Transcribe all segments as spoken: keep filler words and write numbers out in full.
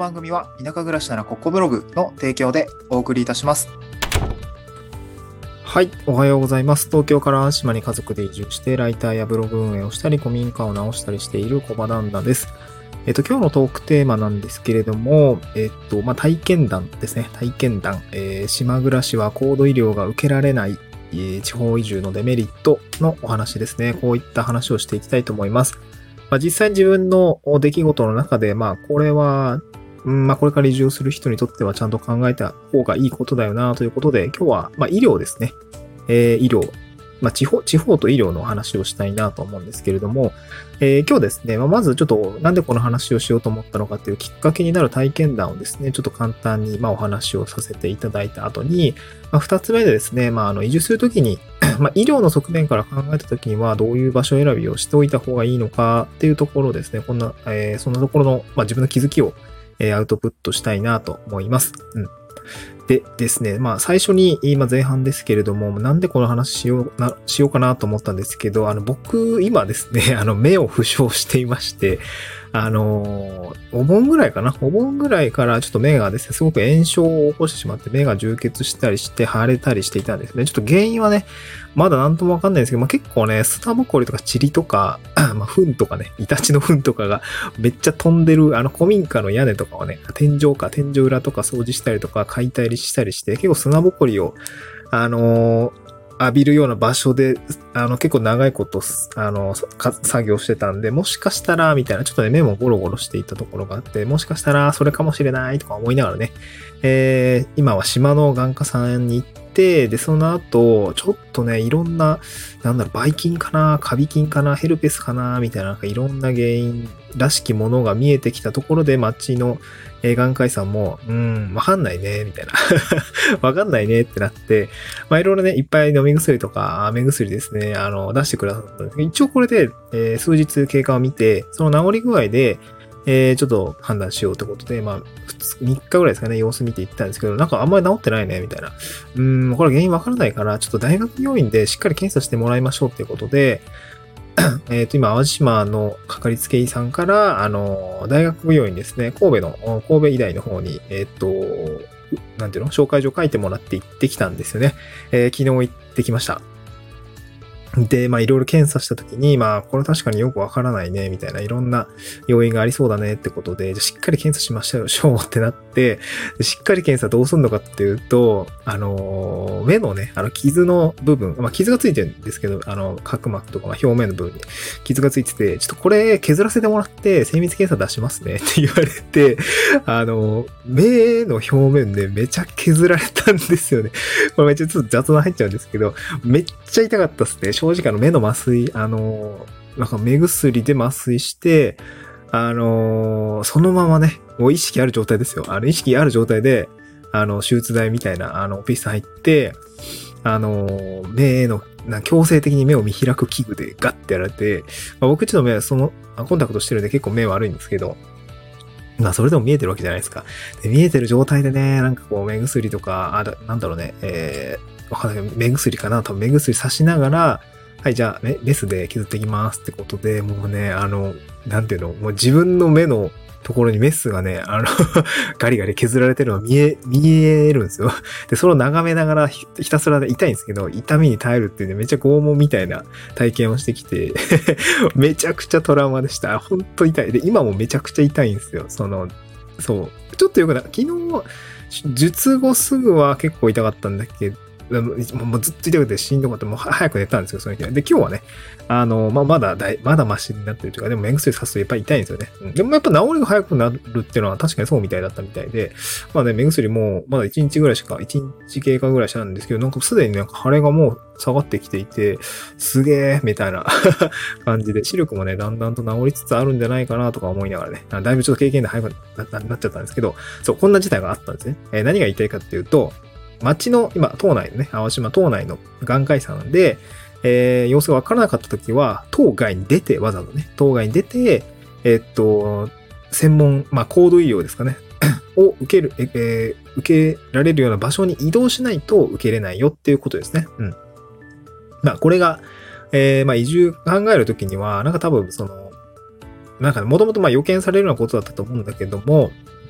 番組は田舎暮らしならここブログの提供でお送りいたします。はい、おはようございます。東京から島に家族で移住してライターやブログ運営をしたり古民家を直したりしている小場旦那です。えっと今日のトークテーマなんですけれども、えっとまあ体験談ですね。体験談、えー、島暮らしは高度医療が受けられない、えー、地方移住のデメリットのお話ですね。こういった話をしていきたいと思います。まあ、実際自分の出来事の中で、まあこれはまあ、これから移住する人にとってはちゃんと考えた方がいいことだよなということで、今日は、まあ、医療ですね。えー、医療。まあ、地方、地方と医療の話をしたいなと思うんですけれども、えー、今日ですね、まあ、まずちょっとなんでこの話をしようと思ったのかっていうきっかけになる体験談をですね、ちょっと簡単にまあお話をさせていただいた後に、まあ、二つ目でですね、まあ、あの移住するときに、まあ、医療の側面から考えたときにはどういう場所選びをしておいた方がいいのかっていうところですね、こんな、えー、そんなところの、まあ、自分の気づきをアウトプットしたいなと思います。うん。でですね、まあ最初に今前半ですけれども、なんでこの話しような、しようかなと思ったんですけど、あの僕今ですね、あの目を負傷していまして、あのー、お盆ぐらいかなお盆ぐらいからちょっと目がですね、すごく炎症を起こしてしまって目が充血したりして腫れたりしていたんですね。ちょっと原因はね、まだなんともわかんないんですけど、まあ、結構ね、砂ぼこりとか塵とか、まあ、糞とかね、イタチの糞とかがめっちゃ飛んでる、あの古民家の屋根とかをね、天井か、天井裏とか掃除したりとか、解体したりして、結構砂ぼこりを、あのー、浴びるような場所で、あの、結構長いこと、あの、作業してたんで、もしかしたら、みたいな、ちょっとね、目もゴロゴロしていたところがあって、もしかしたら、それかもしれないとか思いながらね、えー、今は島の眼科さんに行って、で、その後、ちょっとね、いろんな、なんだろう、ばい菌かな、カビ菌かな、ヘルペスかな、みたいな、なんかいろんな原因らしきものが見えてきたところで、町の眼科医さんも、うーん、わかんないね、みたいな。わかんないねってなって、まあいろいろね、いっぱい飲み薬とか、目薬ですね、あの、出してくださったんですけど、一応これで、えー、数日経過を見て、その治り具合で、えー、ちょっと判断しようってことで、まあ、みっかぐらいですかね、様子見ていったんですけど、なんかあんまり治ってないね、みたいな。うーん、これ原因わからないから、ちょっと大学病院でしっかり検査してもらいましょうっていうことで、えっと、今、淡路島のかかりつけ医さんから、あの、大学病院ですね、神戸の、神戸医大の方に、えっと、なんていうの紹介状書いてもらって行ってきたんですよね。えー、昨日行ってきました。で、まあいろいろ検査したときに、まあこれ確かによくわからないね、みたいないろんな要因がありそうだねってことで、じゃしっかり検査しましょうってなって、しっかり検査どうすんのかっていうと、あのー、目のね、あの傷の部分、まあ傷がついてるんですけど、あの、角膜とか、まあ、表面の部分に傷がついてて、ちょっとこれ削らせてもらって精密検査出しますねって言われて、あのー、目の表面でめちゃ削られたんですよね。これめっちゃちょっと雑談入っちゃうんですけど、めっちゃ痛かったっすね。正直あの目の麻酔、あのー、なんか目薬で麻酔して、あのー、そのままね、もう意識ある状態ですよ。あの、意識ある状態で、あの、手術台みたいな、あの、オペ室入って、あのー、目の、な強制的に目を見開く器具でガッてやられて、まあ、僕ちょっと目はその、コンタクトしてるんで結構目悪いんですけど、まあ、それでも見えてるわけじゃないですか。で見えてる状態でね、なんかこう、目薬とか、あ、なんだろうね、えー、わかんない。目薬かな多分目薬さしながら、はい、じゃあ、ね、メスで削っていきますってことで、もうね、あの、なんていうの、もう自分の目のところにメスがね、あの、ガリガリ削られてるのが見え、見えるんですよ。で、それを眺めながらひ、ひたすらで痛いんですけど、痛みに耐えるっていうね、めっちゃ拷問みたいな体験をしてきて、めちゃくちゃトラウマでした。ほんと痛い。で、今もめちゃくちゃ痛いんですよ。その、そう。ちょっとよくない。昨日、術後すぐは結構痛かったんだけど、もうずっと痛くてしんどかった。もう早く寝たんですよ、その日は。で、今日はね、あの、まあ、まだだい、まだマシになってるというか、でも目薬さすとやっぱり痛いんですよね。うん、でもやっぱ治りが早くなるっていうのは確かにそうみたいだったみたいで、まあね、目薬もまだいちにちぐらいしか、いちにち経過ぐらいしたんですけど、なんかすでになんか腫れがもう下がってきていて、すげーみたいな感じで、視力もね、だんだんと治りつつあるんじゃないかなとか思いながらね、だいぶちょっと経験で早く な, なっちゃったんですけど、そう、こんな事態があったんですね。えー、何が言いたいかっていうと、町の、今、島内のね、淡島島内の眼科医さんで、えー、様子がわからなかったときは、島外に出て、わざわざね、島外に出て、えー、っと、専門、まあ、高度医療ですかね、を受ける、えー、受けられるような場所に移動しないと受けれないよっていうことですね。うん。まあ、これが、えー、まあ、移住考えるときには、なんか多分、その、なんか、もともとまあ予見されるようなことだったと思うんだけども、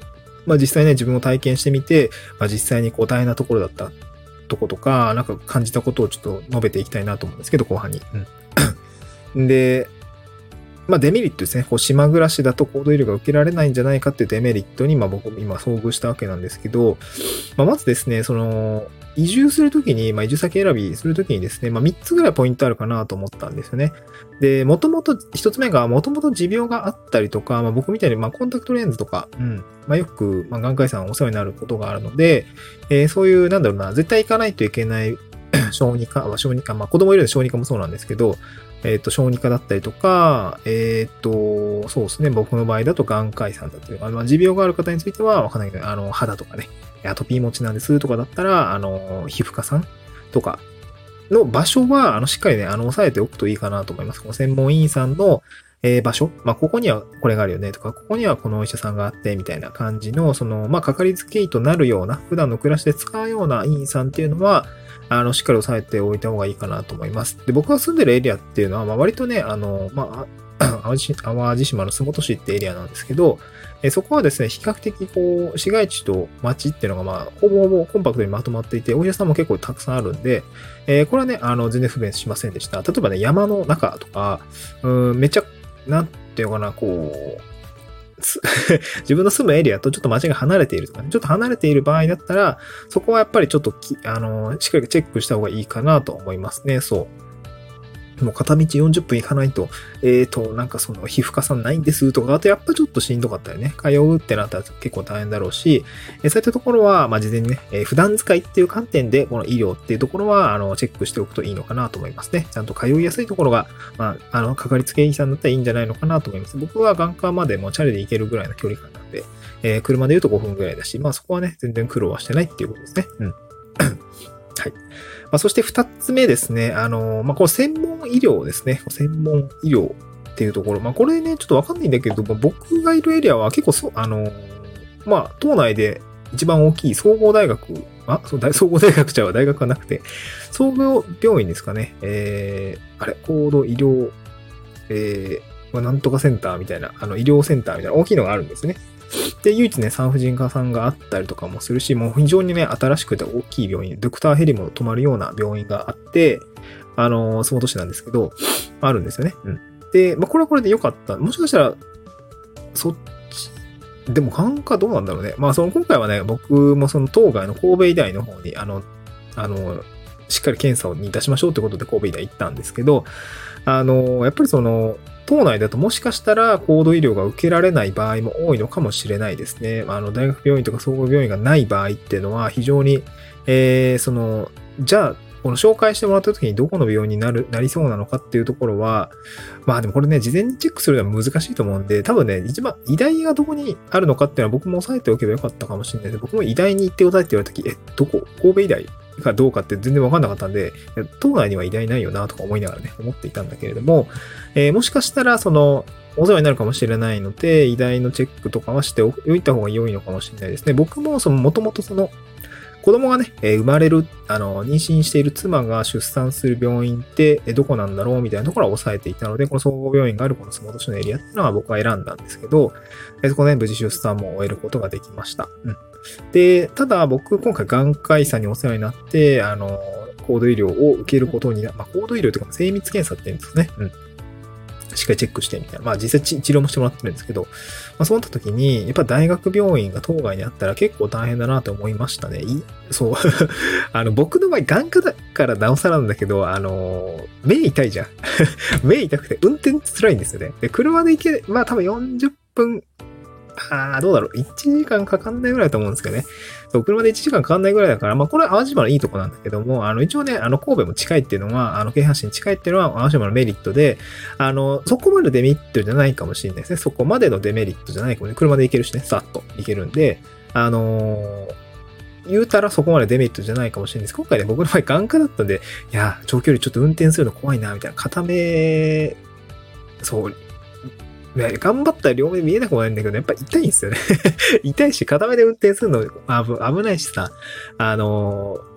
まあ実際ね、自分も体験してみて、まあ実際にこう大変なところだったとことか、なんか感じたことをちょっと述べていきたいなと思うんですけど、後半に。うん、で、まあデメリットですね。こう島暮らしだと高度医療が受けられないんじゃないかっていうデメリットに、まあ僕も今遭遇したわけなんですけど、まあまずですね、その、移住するときに、まあ移住先選びするときにですね、まあみっつぐらいポイントあるかなと思ったんですよね。で、もともと、一つ目が、もともと持病があったりとか、まあ僕みたいに、まあコンタクトレンズとか、うん、まあよく、まあ眼科医さんお世話になることがあるので、えー、そういう、なんだろうな、絶対行かないといけない小児科、小児科、まあ子供いるので小児科もそうなんですけど、えっと、小児科だったりとか、えっと、そうですね、僕の場合だと眼科医さんだったりとか、まあ持病がある方についてはわかんないけど、あの、肌とかね、アトピー持ちなんですとかだったら、あの、皮膚科さんとかの場所は、あの、しっかりね、あの、押さえておくといいかなと思います。この専門医院さんの、えー、場所、まあ、ここにはこれがあるよねとか、ここにはこのお医者さんがあって、みたいな感じの、その、まあ、かかりつけ医となるような、普段の暮らしで使うような医院さんっていうのは、あの、しっかり押さえておいた方がいいかなと思います。で、僕が住んでるエリアっていうのは、まあ、割とね、あの、まあ、淡路島の洲本市ってエリアなんですけど、えそこはですね、比較的こう、市街地と町っていうのがまあ、ほぼほぼコンパクトにまとまっていて、お医者さんも結構たくさんあるんで、えー、これはね、あの、全然不便しませんでした。例えばね、山の中とか、うん、めっちゃ、なんていうのかな、こう、自分の住むエリアとちょっと街が離れているとかね、ちょっと離れている場合だったら、そこはやっぱりちょっとき、あの、しっかりチェックした方がいいかなと思いますね、そう。もう片道よんじゅっぷん行かないと、えーと、なんかその皮膚科さんないんですとか、あとやっぱちょっとしんどかったよね。通うってなったら結構大変だろうし、えー、そういったところは、まあ、事前にね、えー、普段使いっていう観点で、この医療っていうところは、あの、チェックしておくといいのかなと思いますね。ちゃんと通いやすいところが、まあ、あの、かかりつけ医さんだったらいいんじゃないのかなと思います。僕は眼科までもチャリで行けるぐらいの距離感なんで、えー、車で言うとごふんぐらいだし、まあそこはね、全然苦労はしてないっていうことですね。うん。はい。まあ、そして二つ目ですね。あの、まあ、この専門医療ですね。専門医療っていうところ。まあ、これね、ちょっとわかんないんだけども、僕がいるエリアは結構そう、あの、まあ、島内で一番大きい総合大学、あ、そう、総合大学ちゃうわ、大学はなくて、総合病院ですかね。えー、あれ、高度医療、えー、なんとかセンターみたいな、あの、医療センターみたいな大きいのがあるんですね。で、唯一ね、産婦人科さんがあったりとかもするし、もう非常にね、新しくて大きい病院、ドクターヘリも泊まるような病院があって、あの、洲本市なんですけど、あるんですよね。うん。で、まあ、これはこれで良かった。もしかしたら、そっち、でも眼科どうなんだろうね。まあ、その今回はね、僕もその当該の神戸医大の方に、あの、あの、しっかり検査をに出しましょうということで神戸医大行ったんですけど、あの、やっぱりその、島内だともしかしたら高度医療が受けられない場合も多いのかもしれないですね。あの、大学病院とか総合病院がない場合っていうのは非常に、えー、その、じゃあ、この紹介してもらった時にどこの病院になる、なりそうなのかっていうところは、まあでもこれね、事前にチェックするのは難しいと思うんで、多分ね、一番、医大がどこにあるのかっていうのは僕も押さえておけばよかったかもしれないです。僕も医大に行ってくださいって言われた時、え、どこ神戸医大かどうかって全然わかんなかったんで、島内には医大ないよなとか思いながらね、思っていたんだけれども、えー、もしかしたら、その、お世話になるかもしれないので、医大のチェックとかはしておいた方が良いのかもしれないですね。僕も、その、もともとその、子供がね、えー、生まれる、あの、妊娠している妻が出産する病院って、えー、どこなんだろうみたいなところは抑えていたので、この総合病院があるこの洲本市のエリアっていうのは僕は選んだんですけど、えー、そこね、無事出産も終えることができました。うん。で、ただ僕、今回眼科医さんにお世話になって、あの、高度医療を受けることにな、まあ、高度医療というか精密検査って言うんですね。うん。しっかりチェックしてみたいな。まあ実際治療もしてもらってるんですけど、まあそうなった時に、やっぱ大学病院が当該にあったら結構大変だなと思いましたね。いそう。あの、僕の場合眼科だからなおさらなんだけど、あの、目痛いじゃん。目痛くて運転辛いんですよね。で、車で行け、まあ多分よんじゅっぷん、ああ、どうだろう。いちじかんかかんないぐらいだと思うんですけどね。そう、車でいちじかんかかんないぐらいだから、まあこれは淡路島のいいとこなんだけども、あの一応ね、あの神戸も近いっていうのは、あの京阪市に近いっていうのは淡路島のメリットで、あの、そこまでデメリットじゃないかもしれないですね。そこまでのデメリットじゃないかもね。車で行けるしね、さっと行けるんで、あのー、言うたらそこまでデメリットじゃないかもしれないです。今回ね、僕の場合眼科だったんで、いや、長距離ちょっと運転するの怖いな、みたいな。片目、そう、頑張ったら両目見えなくもないんだけど、やっぱ痛いんですよね。痛いし、片目で運転するの危ないしさ、あの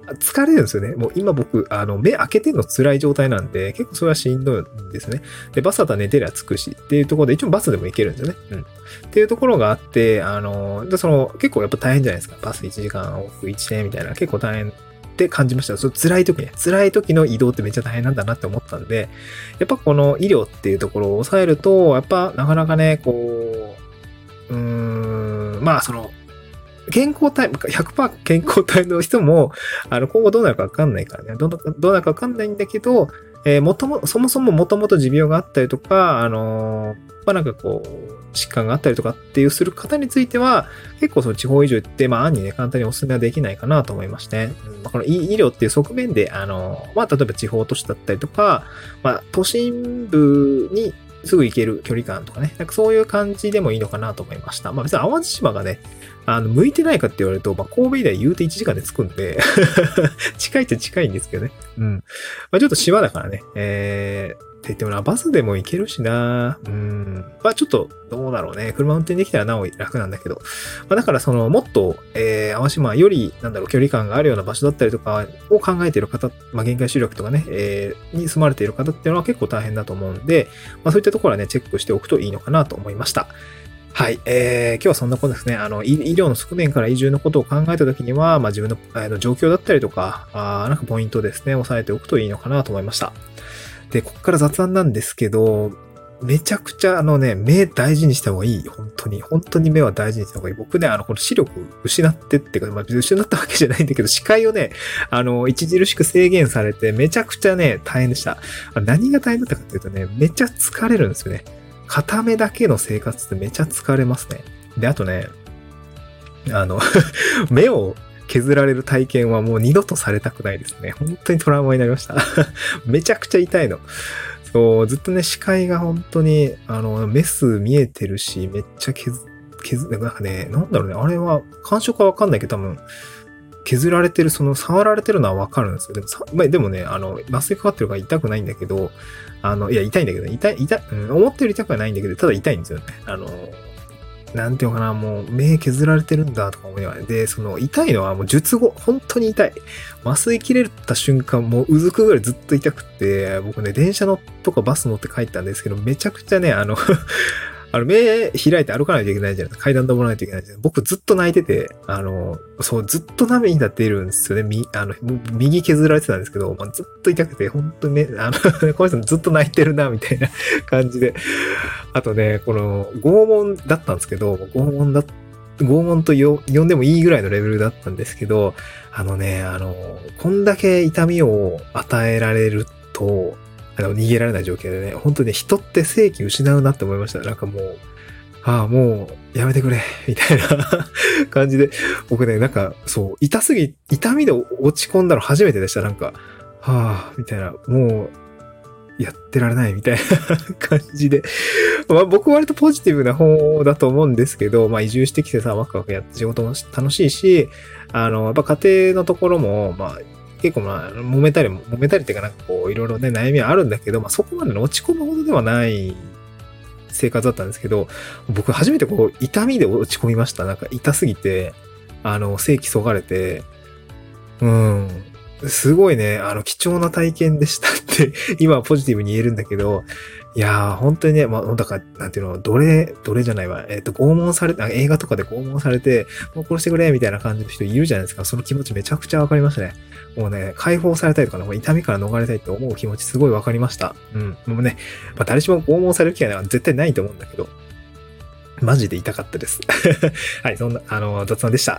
疲れるんですよね。もう今僕、あの、目開けてるの辛い状態なんで、結構それはしんどいんですね。で、バスだったら寝てりゃ着くしっていうところで、一応バスでも行けるんですよね。うん。っていうところがあって、あの、でその、結構やっぱ大変じゃないですか。バスいちじかん往復いちねんみたいな、結構大変って感じました。その辛い時ね、辛い時の移動ってめっちゃ大変なんだなって思ったんで、やっぱこの医療っていうところを抑えると、やっぱなかなかね、こう、うーん、まあその、健康体、ひゃくパーセント 健康体の人も、あの、今後どうなるかわかんないからね。どうどうなるかわかんないんだけど、えー、もとも、そもそももともと持病があったりとか、あのー、まあ、なんかこう、疾患があったりとかっていうする方については、結構その地方移住って、まあ、案にね、簡単にお勧めはできないかなと思いまして、うんまあ、この医療っていう側面で、あのー、まあ、例えば地方都市だったりとか、まあ、都心部に、すぐ行ける距離感とかね。なんかそういう感じでもいいのかなと思いました。まあ別に淡路島がね、あの、向いてないかって言われると、まあ神戸以来言うていちじかんで着くんで、近いっちゃ近いんですけどね。うん。まあちょっと島だからね、えー、って言ってもな、バスでも行けるしな、うん。まあちょっと、どうだろうね。車運転できたらなお楽なんだけど。まあだからその、もっと、えー、淡島より、なんだろう、距離感があるような場所だったりとかを考えている方、まあ限界集落とかね、えー、に住まれている方っていうのは結構大変だと思うんで、まあそういったところはね、チェックしておくといいのかなと思いました。はい。えー、今日はそんなことですね。あの、医療の側面から移住のことを考えたときには、まあ自分の、あの状況だったりとか、あなんかポイントですね、押さえておくといいのかなと思いました。で、ここから雑談なんですけど、めちゃくちゃあのね、目大事にした方がいい。本当に。本当に目は大事にした方がいい。僕ね、あの、この視力失ってっていうか、まあ、失ったわけじゃないんだけど、視界をね、あの、著しく制限されて、めちゃくちゃね、大変でした。何が大変だったかっていうとね、めっちゃ疲れるんですよね。片目だけの生活ってめちゃ疲れますね。で、あとね、あの、目を削られる体験はもう二度とされたくないですね。本当にトラウマになりました。めちゃくちゃ痛いの。そう、ずっとね、視界が本当に、あの、メス見えてるし、めっちゃ削、削、なんかね、なんだろうね、あれは、感触はわかんないけど、多分、削られてる、その、触られてるのはわかるんですよ。でも、まあ、でもね、あの、麻酔かかってるから痛くないんだけど、あの、いや、痛いんだけど、痛い、痛い、うん、思ってる痛くはないんだけど、ただ痛いんですよね。あの、なんていうのかな、もう、目削られてるんだとか思いながら。で、その、痛いのはもう術後、本当に痛い。麻酔切れた瞬間、もううずくぐらいずっと痛くて、僕ね、電車のとかバス乗って帰ったんですけど、めちゃくちゃね、あの、あの、目開いて歩かないといけないじゃないですか。階段登らないといけないじゃないですか。僕ずっと泣いてて、あの、そう、ずっと涙出るんですよね。み、あの、右削られてたんですけど、まあ、ずっと痛くて、本当にね、あの、この人ずっと泣いてるな、みたいな感じで。あとね、この、拷問だったんですけど、拷問だ、拷問と呼んでもいいぐらいのレベルだったんですけど、あのね、あの、こんだけ痛みを与えられると、あの逃げられない状況でね、本当にね、人って正気失うなって思いました。なんかもう、ああ、もう、やめてくれ、みたいな感じで、僕ね、なんか、そう、痛すぎ、痛みで落ち込んだの初めてでした。なんか、はあ、みたいな、もう、やってられない、みたいな感じで。まあ僕割とポジティブな方だと思うんですけど、まあ移住してきてさ、ワクワクやって仕事も楽しいし、あの、やっぱ家庭のところも、まあ、結構まあ、揉めたりも、揉めたりっていうかなんかこう、いろいろね、悩みはあるんだけど、まあそこまでの落ち込むほどではない生活だったんですけど、僕初めてこう、痛みで落ち込みました。なんか痛すぎて、あの、正気そがれて、うん、すごいね、あの、貴重な体験でしたって、今はポジティブに言えるんだけど、いやー、本当にね、まあ、だから、なんていうの、奴隷、奴隷じゃないわ。えっと、拷問されて、映画とかで拷問されて、もう殺してくれ、みたいな感じの人いるじゃないですか。その気持ちめちゃくちゃわかりましたね。もうね、解放されたいとかね、もう痛みから逃れたいって思う気持ちすごいわかりました。うん。もうね、まあ、誰しも拷問される気は、ね、絶対ないと思うんだけど、マジで痛かったです。はい、そんな、あの、雑談でした。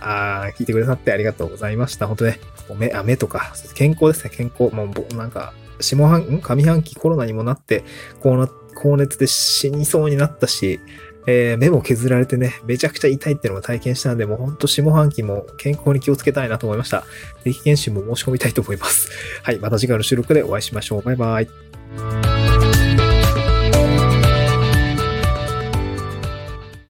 あ聞いてくださってありがとうございました。本当ね、目、あ目とか、健康ですね、健康。もう、なんか、下半、ん上半期コロナにもなって、こうな、高熱で死にそうになったし、えー、目も削られてね、めちゃくちゃ痛いっていうのも体験したんで、もうほんと下半期も健康に気をつけたいなと思いました。定期検診も申し込みたいと思います。はい、また次回の収録でお会いしましょう。バイバイ。